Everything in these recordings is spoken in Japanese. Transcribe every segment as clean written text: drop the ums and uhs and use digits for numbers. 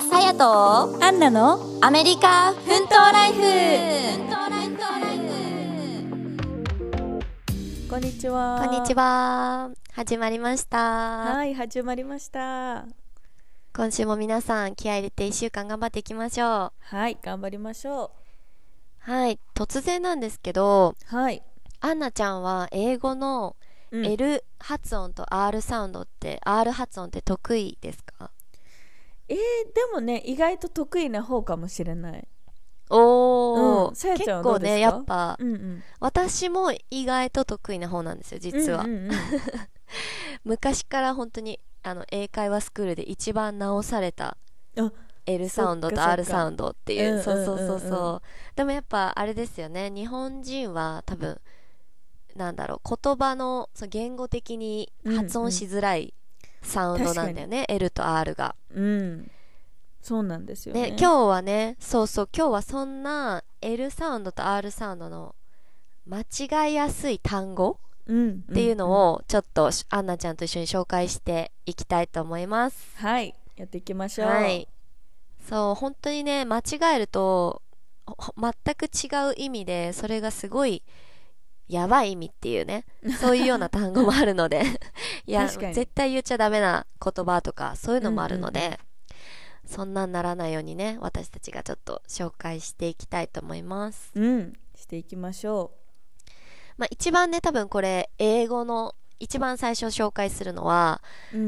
さやとアンナのアメリカ奮闘ライフ。 こんにちは。 こんにちは。始まりました。 はい、始まりました。 今週も皆さん気合い入れて1週間頑張っていきましょう。 はい、頑張りましょはい、突然なんですけど、 う。はい。 アンナちゃんは英語の L 発音と R サウンドって、R 発音って得意ですか？ でもね、意外と得意な方かもしれない。 おー、 さやちゃんはどうですか？ 結構ね、やっぱ、 うん私も意外と得意な方なんですよ、実は。昔から本当に英会話スクールで一番直されたあ、 L サウンドとそっか R サウンドっていう、 そっかそうでもやっぱあれですよね、日本人は多分なんだろう、言葉の言語的に発音しづらいサウンドなんだよね、L と R が。 そうなんですよね。 今日はね、今日はそんな L サウンドと R サウンドの間違いやすい単語っていうのをちょっとアンナちゃんと一緒に紹介していきたいと思います。 はい、やっていきましょう。 はい、そう本当にね、間違えると全く違う意味で、それがすごいやばい意味っていうね、そういうような単語もあるのでいや絶対言っちゃダメな言葉とかそういうのもあるので、そんなんならないようにね、私たちがちょっと紹介していきたいと思います。 していきましょう。一番ね、多分これ英語の一番最初紹介するのは、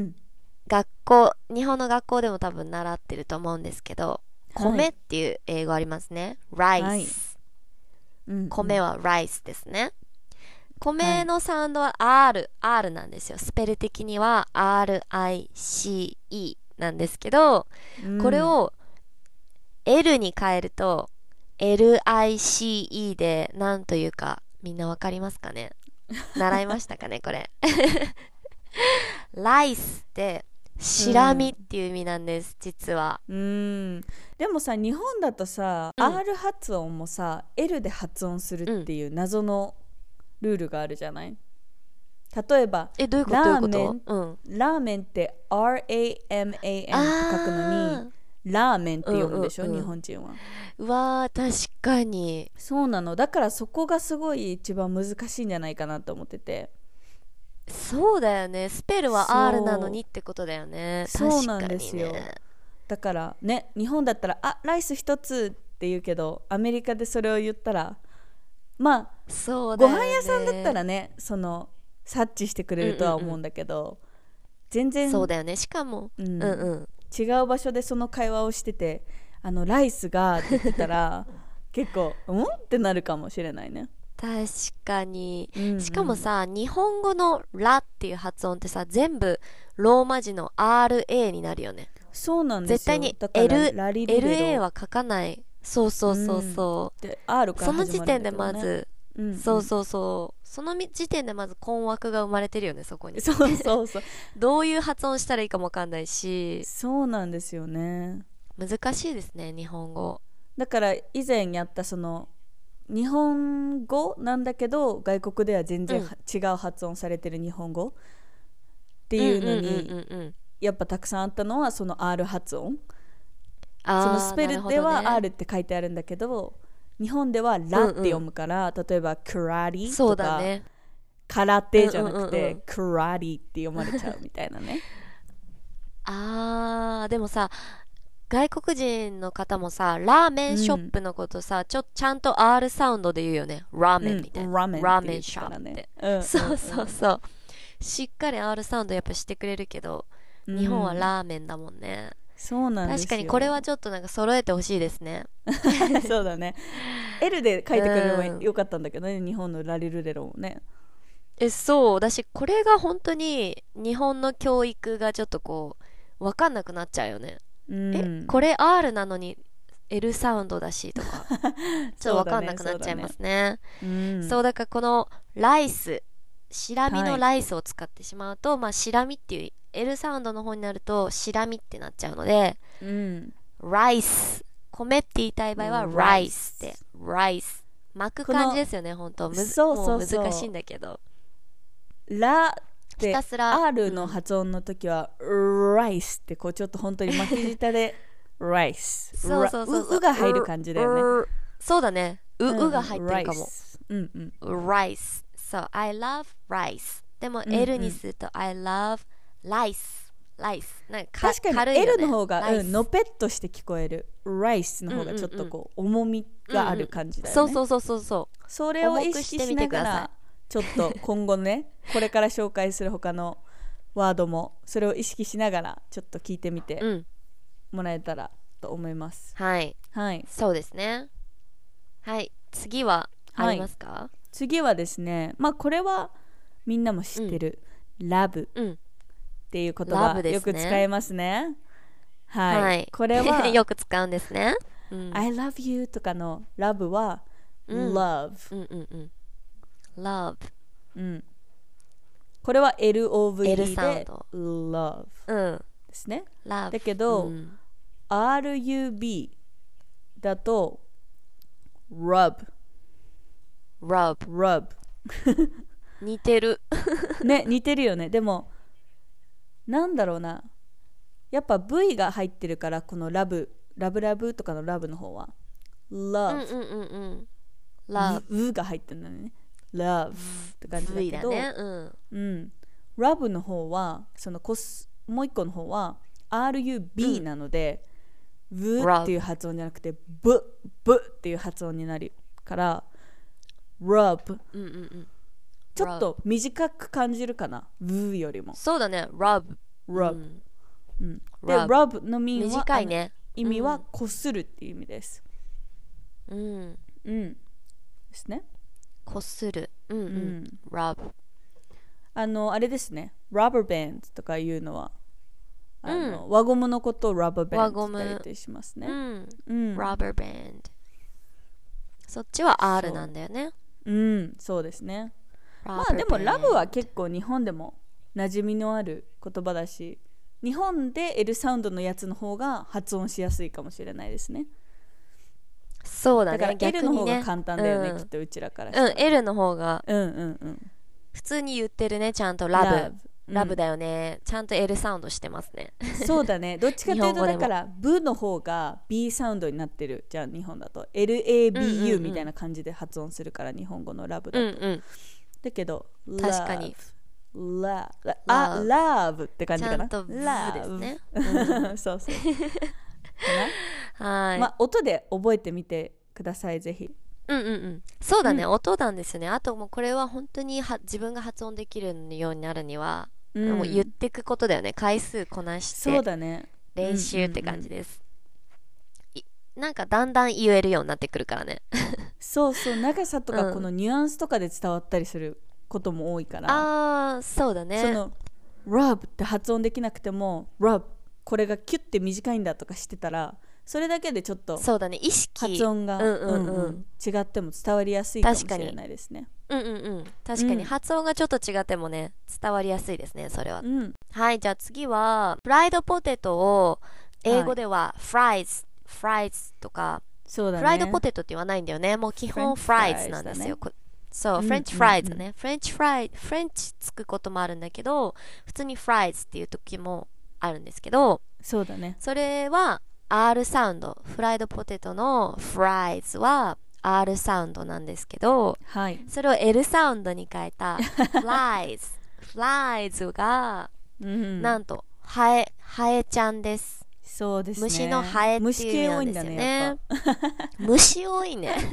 日本の学校でも多分習ってると思うんですけど、米っていう英語ありますね。rice、米は rice ですね。米のサウンドは R なんですよ。スペル的には RICE なんですけど、これを L に変えると LICE で、なんというかみんなわかりますかね？習いましたかねこれライスってシラミっていう意味なんです、実は。 でもさ、日本だとさ、R 発音もさ L で発音するっていう謎のルールがあるじゃない？例えばどういうこと？ ラーメンって RAMAN って書くのにラーメンって読むでしょ、日本人は。 うわー、確かにそうなの。だからそこがすごい一番難しいんじゃないかなと思ってて。 そうだよね、スペルは R なのにってことだよね。 そうなんですよ。だからね、日本だったらライス一つって言うけど、アメリカでそれを言ったらそうだよね、 ご飯屋さんだったらね、察知してくれるとは思うんだけど、全然そうだよね。しかも、 違う場所でその会話をしてて、ライスがって言ってたら結構ってなるかもしれないね。 確かに、しかもさ、日本語のラっていう発音ってさ、全部ローマ字の RA になるよね。 そうなんですよ。 絶対に LA は書かない。そうで R から始まるんだけどね。 その時点でまず、その時点でまず困惑が生まれてるよね、そこに。 そうどういう発音したらいいかもわかんないし。 そうなんですよね。 難しいですね、日本語。 だから以前やった日本語なんだけど外国では全然違う発音されてる日本語っていうのにやっぱたくさんあったのはその R 発音。そのスペルでは R って書いてあるんだけど、日本ではラって読むから、例えばクラリとか、空手じゃなくてクラリって読まれちゃうみたいなね。 でもさ、外国人の方もさ、ラーメンショップのことさ、ちゃんと R サウンドで言うよね。ラーメンみたいな。ラーメンショップって。そう。しっかり R サウンドやっぱしてくれるけど、日本はラーメンだもんね。 そうなんですよ。 確かにこれはちょっとなんか揃えてほしいですね。 そうだね。L で書いてくれればよかったんだけどね、日本のラリルレロもね。 そうだし、これが本当に日本の教育がちょっと分かんなくなっちゃうよね。これ R なのに L サウンドだしとかちょっと分かんなくなっちゃいますね。そうだからこのライス、シラミのライスを使ってしまうと、シラミっていう L サウンドの方になるとシラミってなっちゃうので、ライス、米って言いたい場合はライスって、ライス巻く感じですよね。本当もう難しいんだけど、 ラってR の発音の時はライスってちょっと本当に巻き舌で rice。 そうそうそうそう。 うが入る感じだよね。 そうだね。うが入ってるかも。 うんうん。 rice。そう、I love rice。でも L にすると、I love rice。なんか確かに軽いよね。 L の方が、 rice のぺっとして聞こえる。rice の方がちょっとこう、重みがある感じだよね。 そうそうそうそうそう。 それを意識しながらちょっと今後ねこれから紹介する他のワードもそれを意識しながらちょっと聞いてみてもらえたらと思います。 はいそうですね。はい、次はありますか？ 次はですね、まあこれはみんなも知ってる、ラブっていう言葉、よく使いますね。はい、これはよく使うんですね。 I love you とかのラブはlove。 love。 これは LOVE で love ですね。だけど、RUB だと rub。 似てる。 ね、似てるよね。でも、なんだろうな。やっぱ V が入ってるから、このラブとかのラブの方は love。うが入ってるんだね。love って感じだけど、ラブの方はもう一個の方は RUB なので、ブっていう発音じゃなくてブっていう発音になるからrub、ちょっと短く感じるかな、ブよりも。 そうだね、rub。 で rub の短いね。 意味はこするっていう意味です。ですね。 こする。rub。 あれですね。rubber band とかいうのは輪ゴムのことを rubber band って言ったりしますね。 rubber band。そっちは R なんだよね。 そうですね。まあでもラブは結構日本でも馴染みのある言葉だし、日本で L サウンドのやつの方が発音しやすいかもしれないですね。 そうだね。 だから L の方が簡単だよね、きっとうちらからしたら。 L の方が普通に言ってるね、ちゃんとラブだよね、ちゃんと L サウンドしてますね。 そうだね。どっちかというとだからブの方が B サウンドになってるじゃん、日本だと LABU みたいな感じで発音するから、日本語のラブだと。だけど確かに love って感じかな。 ちゃんとブですね。 そうそうはい。まあ音で覚えてみてください、ぜひ。 そうだね、音なんですよね。あともうこれは本当に自分が発音できるようになるには、もう言っていくことだよね。回数こなしてそうだね、 練習って感じです。なんかだんだん言えるようになってくるからね。 そうそう、長さとかこのニュアンスとかで伝わったりすることも多いから、 そうだね。 その rub って発音できなくても rub これがキュッて短いんだとかしてたら、それだけでちょっとそうだね、意識発音が違っても伝わりやすいかもしれないですね。 確かに発音がちょっと違ってもね、伝わりやすいですね、それは。はい、じゃあ次はフライドポテトを英語ではフライズとか、フライドポテトって言わないんだよね。もう基本フライズなんですよ。そう、フレンチフライズね。フレンチつくこともあるんだけど、普通にフライズっていう時もあるんですけど、 そうだね。 それは R サウンド。フライドポテトのフライズは R サウンドなんですけど、それを L サウンドに変えたフライズが、なんとハエちゃんです。 そうですね。 虫のハエっていう意味なんですよね。虫多いね。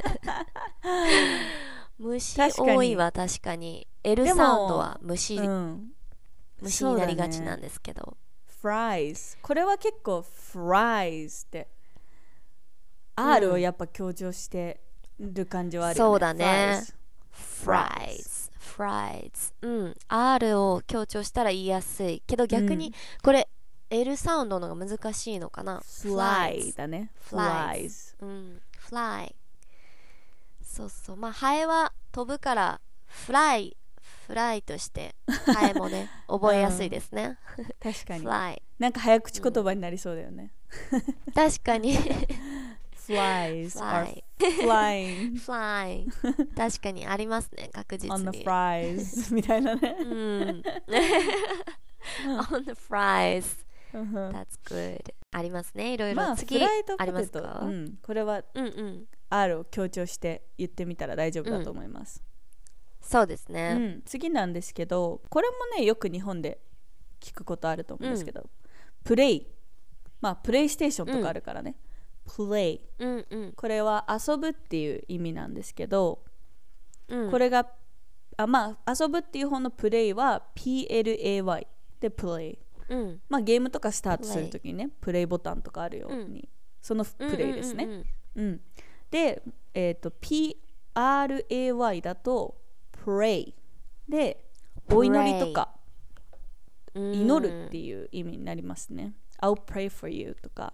虫多いは確かに。L サウンドは虫になりがちなんですけど。 fries これは結構 fries って R をやっぱ強調してる感じはあるよね。 そうだね。fries R を強調したら言いやすいけど、逆にこれL サウンドのが難しいのかな。 fly だね。flies fly。そうそう、まあハエは飛ぶからフライとしてハエもね覚えやすいですね。 確かに。 fly なんか早口言葉になりそうだよね。 確かに。 flies are flying 確かにありますね、確実に。 on the fries みたいなね。 on the fries That's good. ありますね、いろいろ。 まあ次フライドありポテト、 ますか？ これはうんうん。 R を強調して言ってみたら大丈夫だと思います。 そうですね。 次なんですけど、これもねよく日本で聞くことあると思うんですけど、プレイ、まあプレイステーションとかあるからね、プレイ、これは遊ぶっていう意味なんですけど、これがまあ遊ぶっていう方のプレイは PLAY でプレイ、まあゲームとかスタートするときにねプレイボタンとかあるように、そのプレイですね。で、PRAY だとpray でお祈りとか祈るっていう意味になりますね。I'll pray for you とか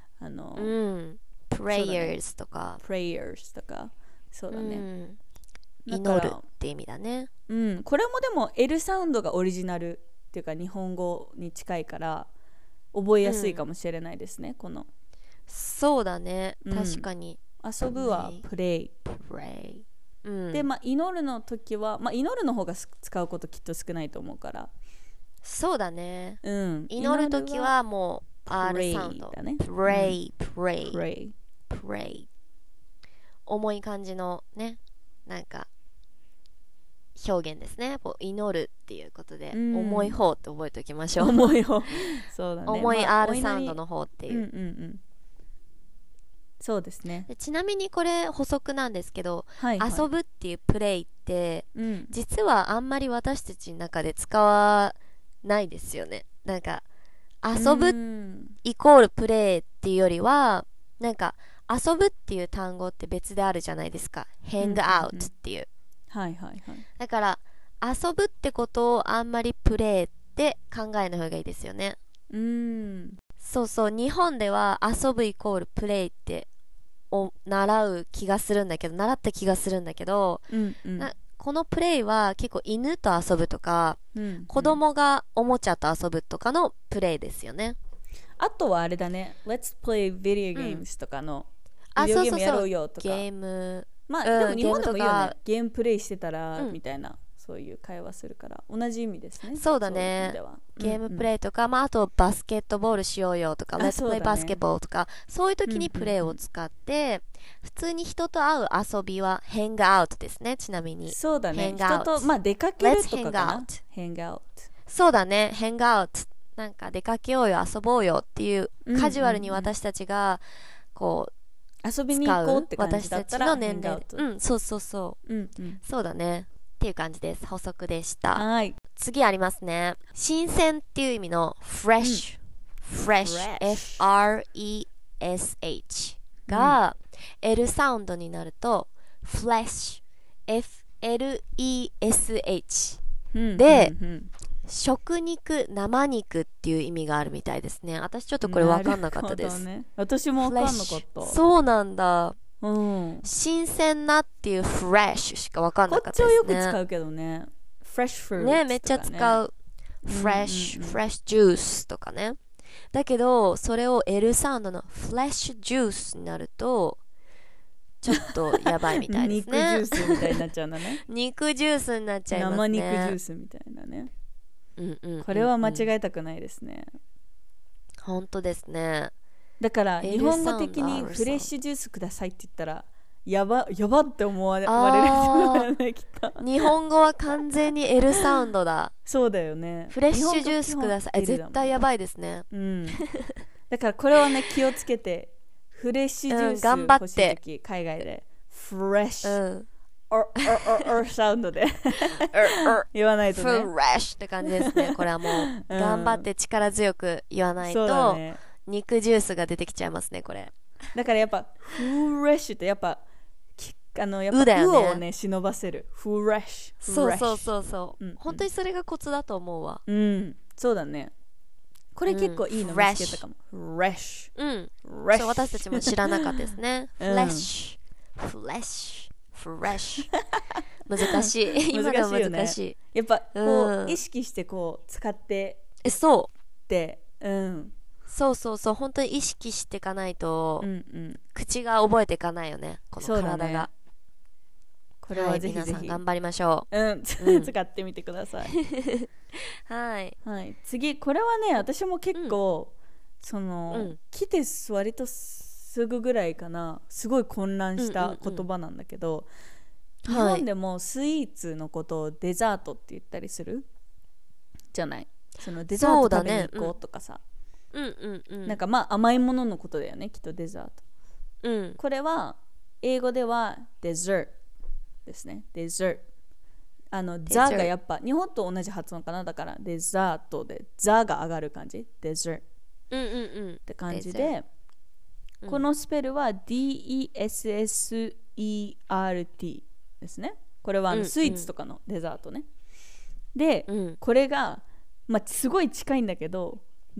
prayers とか prayers とか、そうだね、 祈るって意味だね。 これもでも L サウンドがオリジナルっていうか日本語に近いから覚えやすいかもしれないですね、この。 そうだね、確かに。 遊ぶはプレイ、で、まあ、祈るの時は、まあ、祈るの方が使うこときっと少ないと思うから、 そうだね、祈る時はもう R サウンドだね。pray 重い感じのね、なんか表現ですね。祈るっていうことで、重い方って覚えておきましょう。 重い方そうだね、 重い R サウンドの方っていう、 そうですね。 ちなみにこれ補足なんですけど、遊ぶっていうプレイって、実はあんまり私たちの中で使わないですよね。なんか遊ぶイコールプレイっていうよりは、なんか遊ぶっていう単語って別であるじゃないですか。hang out っていう。だから遊ぶってことをあんまりプレイって考えない方がいいですよね。そうそう、日本では遊ぶイコールプレイって習った気がするんだけど、このプレイは結構犬と遊ぶとか、子供がおもちゃと遊ぶとかのプレイですよね。 あとはあれだね、Let's play video games とかの、ビデオゲームやろうよとか、 ゲーム、 まあでも日本でもいいよね、ゲームプレイしてたらみたいな、そういう会話するから同じ意味ですね。 そうだね、ゲームプレイとか、まあ、あとバスケットボールしようよとか、Let's play basketball とか、そういう時にプレイを使って、普通に人と会う遊びは hang out ですね。ちなみにそうだね、人と、まあ、出かけるとかかな。hang out、 そうだね、hang out、なんか出かけようよ、遊ぼうよっていう、カジュアルに私たちがこう遊びに行こうって感じだったら、 私たちの年齢で、そうそうそう、そうだねっていう感じです。補足でした。次ありますね。新鮮っていう意味の fresh、F-R-E-S-H が L サウンドになると flesh、F-L-E-S-H で、食肉、生肉っていう意味があるみたいですね。私ちょっとこれ分かんなかったです。 私も分かんなかった。 そうなんだ。新鮮なっていうフレッシュしか分かんなかったですね。 こっちはよく使うけどね。フレッシュフルーツとかね。 めっちゃ使う。フレッシュジュースとかね。だけどそれを L サウンドのフレッシュジュースになるとちょっとやばいみたいですね。 肉ジュースみたいになっちゃうんだね。 肉ジュースになっちゃいますね。 生肉ジュースみたいなね。これは間違えたくないですね。 本当ですね。 だから日本語的にフレッシュジュースくださいって言ったらやばって思われるよね、きっと。 日本語は完全に L サウンドだ。 そうだよね。 フレッシュジュースください。絶対やばいですね。 だからこれはね気をつけて、フレッシュジュース欲しいとき海外でフレッシュサウンドで言わないとね。 フレッシュって感じですね。これはもう頑張って力強く言わないと、肉ジュースが出てきちゃいますね、これ。 だからやっぱフレッシュってやっぱうをね忍ばせる。フレッシュ。 そう、本当にそれがコツだと思うわ。 そうだね。これ結構いいの見つけたかも。フレッシュ。 そう、私たちも知らなかったですね。フレッシュ難しい。今のは難しい。 やっぱこう意識してこう使ってってそう本当に意識していかないと、口が覚えていかないよね、この体が。 これはぜひぜひ、 皆さん頑張りましょう。うん、使ってみてください。 はい、 はい、次これはね、私も結構、その、来て割とすぐぐらいかな、すごい混乱した言葉なんだけど、日本でもスイーツのことをデザートって言ったりするじゃない。そのデザート食べに行こうとかさ、なんかまあ甘いもののことだよね、きっとデザート。これは英語ではデザートですね。デザート。ザがやっぱ日本と同じ発音かな。だからデザートでザが上がる感じ。デザートって感じで、このスペルは DESSERT ですね。これはスイーツとかのデザートね。で、これが、まあ、すごい近いんだけど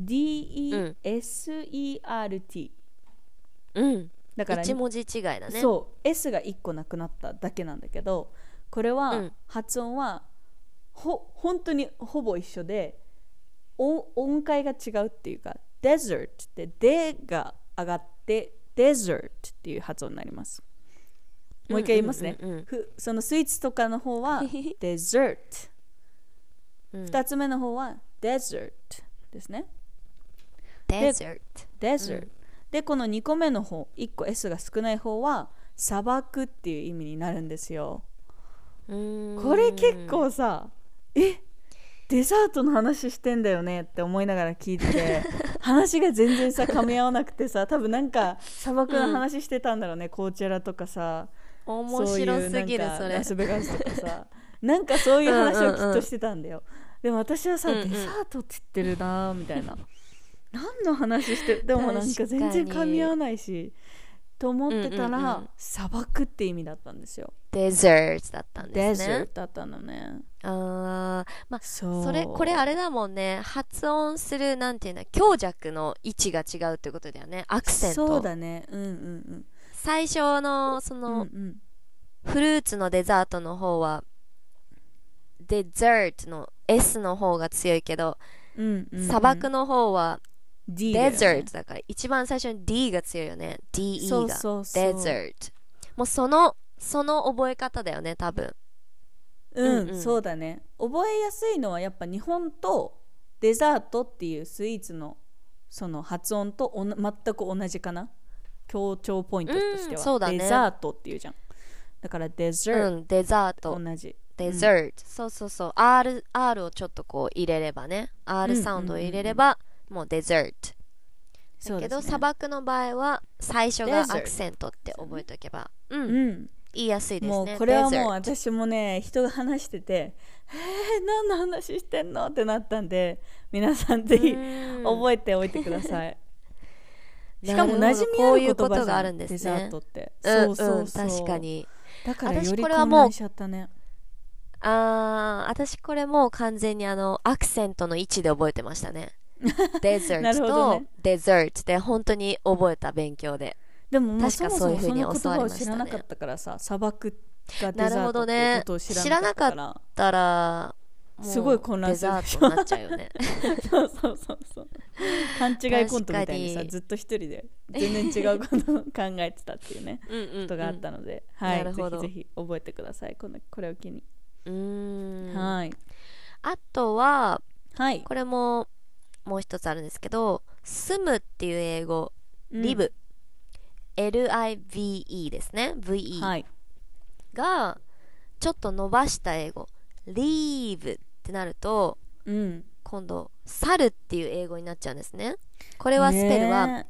DESERT、だから 1文字違いだね。 そう S が1個なくなっただけなんだけど、これは、発音は本当にほぼ一緒で、音階が違うっていうか、デザートってでが上がってデザートっていう発音になります。もう一回言いますね。そのスイーツとかの方はデザート、2つ目の方はデザートですね。 デザートで、この2個目の方、1個 S が少ない方は砂漠っていう意味になるんですよ。これ結構さ、デザートの話してんだよねって思いながら聞いてて話が全然さ噛み合わなくてさ、多分なんか砂漠の話してたんだろうね、コーチェラとかさ、 面白すぎる、それラスベガスとかさなんかそういう話をきっとしてたんだよ。でも私はさ、デザートって言ってるなみたいな、何の話してる、でもなんか全然噛み合わないしと思ってたら、砂漠って意味だったんですよ。 デザートだったんですね。 デザートだったのね。 まあこれあれだもんね、発音するなんていうの、強弱の位置が違うってことだよね、アクセント。 そうだね。 最初のその、フルーツのデザートの方はデザートの S の方が強いけど、砂漠の方はデザートだから一番最初に D が強いよね。 DE がデザート。もうその覚え方だよね、多分。 そうだね。覚えやすいのはやっぱ日本とデザートっていうスイーツのその発音と全く同じかな。強調ポイントとしては、 そうだね、 デザートっていうじゃん。だからデザート、 デザート同じデザート、そう R をちょっとこう入れればね、 R サウンドを入れれば、もうデザートだけど、砂漠の場合は最初がアクセントって覚えておけば、言いやすいですね。 もうこれはもう私もね、人が話してて何の話してんのってなったんで、皆さんぜひ覚えておいてください。しかも馴染みある言葉じゃん、デザートって。そう確かに。 だからより混乱しちゃったね。 私これもう完全にアクセントの位置で覚えてましたね。デザートとデザートで本当に覚えた、勉強で。 でももう確かそういう風に教わりましたね。 その言葉を知らなかったからさ、砂漠がデザートってことを知らなかったから、 知らなかったらすごい混乱するデザートになっちゃうよね。 そう勘違いコントみたいにさ、ずっと一人で全然違うことを考えてたっていうねことがあったので、はい、ぜひぜひ覚えてください、これを機に。はい。 あとは、 はい、 これもう一つあるんですけど、住むっていう英語、リブ、LIVE ですね、 VE、はい、がちょっと伸ばした英語、leave ってなると、今度猿っていう英語になっちゃうんですね。これはスペルは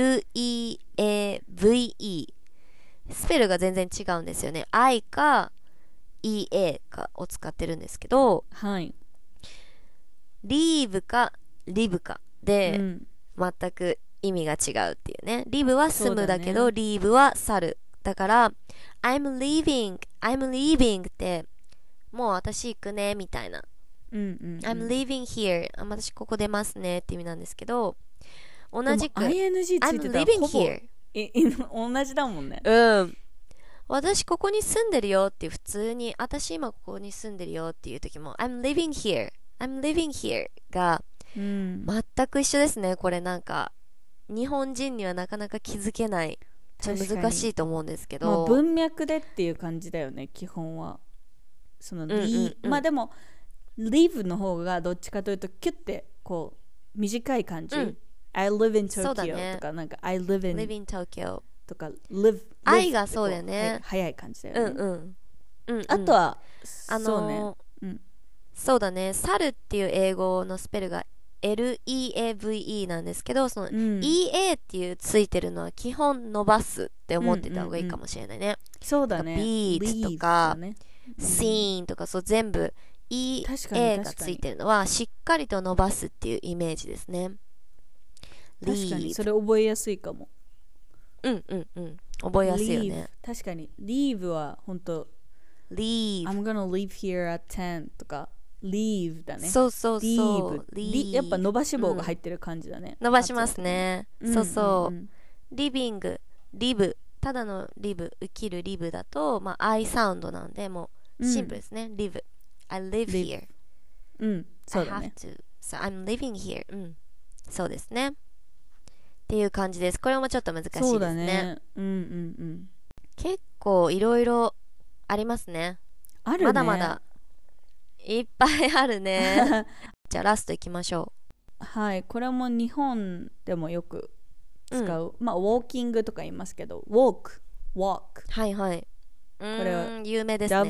LEAVE、スペルが全然違うんですよね。 I か EA かを使ってるんですけど、 はい、 リーブかリブかで、全く意味が違うっていうね。リブは住むだけど、リーブは去る。だから I'm leaving ってもう私行くねみたいな、I'm leaving here、 私ここ出ますねって意味なんですけど、同じく ING ついてたら I'm living here 同じだもんね。 私ここに住んでるよっていう、普通に私今ここに住んでるよっていう時も I'm living here が全く一緒ですね。これなんか日本人にはなかなか気づけないちょっと難しいと思うんですけど、 まあ、文脈でっていう感じだよね基本は。そのまあでも live の方がどっちかというとキュッてこう短い感じ、I live in Tokyo とかなんか I live in Tokyo とか live 愛がそうだよね、 早い感じだよね。あとはそうね、 そうだね、猿っていう英語のスペルが LEAVE なんですけど、その EA っていうついてるのは基本伸ばすって思ってた方がいいかもしれないね。 そうだね。 ビーツとか、シーンとか、そう全部 EA がついてるのはしっかりと伸ばすっていうイメージですね。 確かにそれ覚えやすいかも。 覚えやすいよね。 確かに leave は本当 leave I'm gonna leave here at 10とか leave だね。 そうそうそう。 やっぱ伸ばし棒が入ってる感じだね。 伸ばしますね。そうそう。living、live、ただの live、生きる live だと、まあ、I サウンドなんで、もうシンプルですね。live。I live here。 そうだね。 I have to. So I'm living here。そうですね。っていう感じです。これもちょっと難しいですね。 そうだね。 結構いろいろありますね。 あるね。 まだまだいっぱいあるね。じゃあラストいきましょう。はい、これも日本でもよく使う。まあウォーキングとか言いますけど、walk。 はいはい。 これは有名ですね。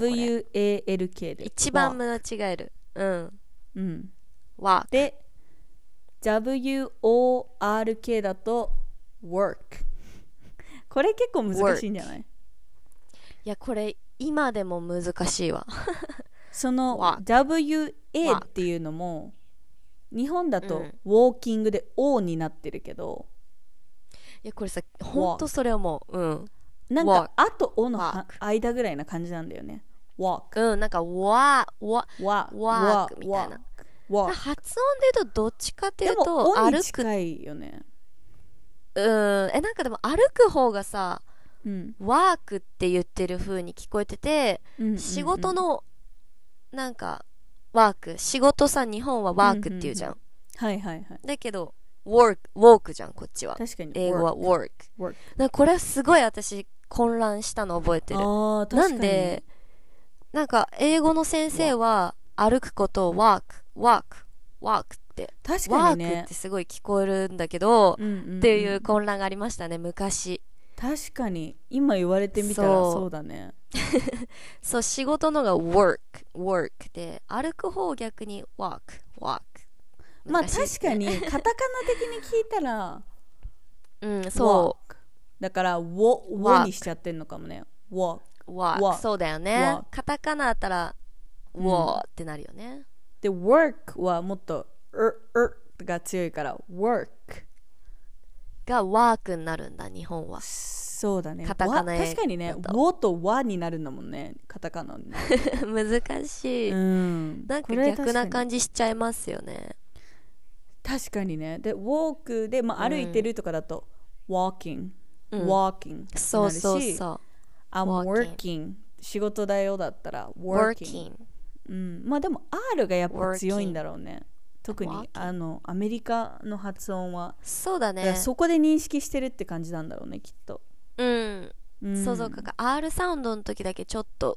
WALK で。 一番間違える。walk。 で、WORK だと work。これ結構難しいんじゃない？いや、これ今でも難しいわ。 その WA っていうのも日本だとウォーキングで O になってるけど、 いやこれさほんとそれ思う。 なんかあと O の間ぐらいな感じなんだよね。walk。 なんかwalk みたいな。発音で言うとどっちかっていうと歩く。近いよね。 なんかでも歩く方がさ、ワークって言ってる風に聞こえてて、仕事のなんかワーク、仕事さ、日本はワークって言うじゃん。だけどウォークじゃんこっちは。 確かに英語は work。これすごい私混乱したの覚えてる。なんでなんか英語の先生は歩くことを walk って確かにね、 ワークってすごい聞こえるんだけど、っていう混乱がありましたね昔。 確かに今言われてみたらそうだね。 そう、仕事のが work で、歩く方逆に walk。 まあ確かにカタカナ的に聞いたらそうだからウにしちゃってんのかもね。walk。 そうだよね。カタカナだったらってなるよね。 で work はもっとが強いからwork がワークになるんだ日本は。 そうだね。 カタカナ確かにね、ウォとワになるんだもんね、カタカナに。 難しい。なんか逆な感じしちゃいますよね。 確かにね。でウォークで、まあ、歩いてるとかだと、walking そうそうそう。 I'm working 仕事だよだったら working。まあでも R がやっぱ強いんだろうね。特にアメリカの発音はそうだね。 そこで認識してるって感じなんだろうねきっと。 そうそうか。R サウンドの時だけちょっと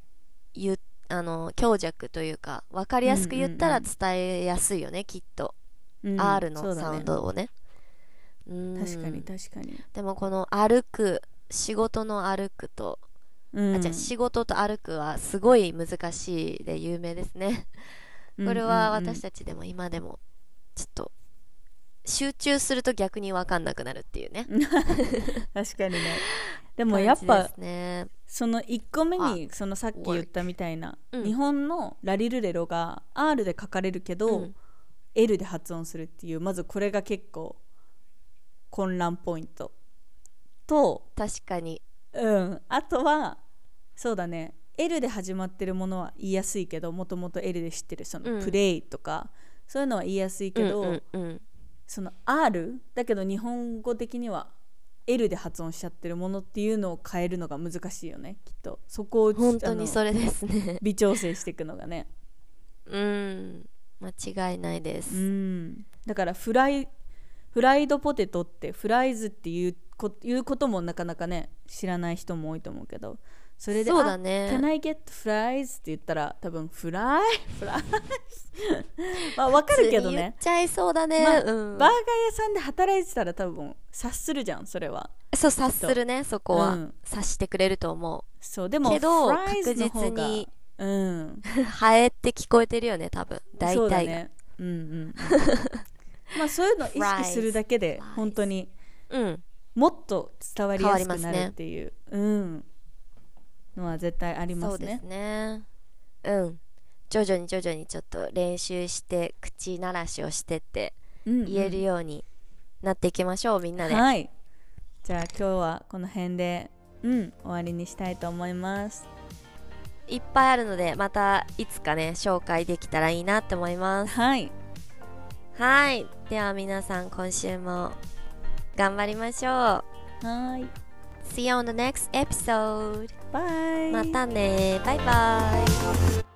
強弱というか分かりやすく言ったら伝えやすいよねきっと。R のサウンドをね。 確かに。 でもこの歩く、仕事の歩くと、仕事と歩くはすごい難しいで有名ですね。これは私たちでも今でもちょっと集中すると逆に分かんなくなるっていうね。 確かにね。でもやっぱ、その1個目にそのさっき言ったみたいな、日本のラリルレロが R で書かれるけど、L で発音するっていう、まずこれが結構混乱ポイントと、 確かにあとはそうだね、L で始まってるものは言いやすいけど、もともと L で知ってるそのプレイとか、そういうのは言いやすいけど、その R だけど日本語的には L で発音しちゃってるものっていうのを変えるのが難しいよねきっと。そこを本当にそれですね。 微調整していくのがね。 間違いないです。 だからフライドポテトってフライズっていういうこともなかなかね知らない人も多いと思うけど、それでそうだね。 Can I get fries? って言ったら多分フライまあわかるけどね。 言っちゃいそうだね、 まあバーガー屋さんで働いてたら多分察するじゃん、それは。 そう、察するね、そこは、察してくれると思う。 そうでもけど確実にハエって聞こえてるよね、多分大体が。そうだね。 まあそういうのを意識するだけで本当にもっと伝わりやすくなるっていう、のは絶対ありますね。 そうですね。徐々にちょっと練習して口慣らしをしてって言えるようになっていきましょう、みんなで。 はい。じゃあ今日はこの辺で終わりにしたいと思います。 いっぱいあるのでまたいつかね紹介できたらいいなって思います。 はい。 では皆さん今週も頑張りましょう。 はい。 See you on the next episode. Bye. またね。バイバイ。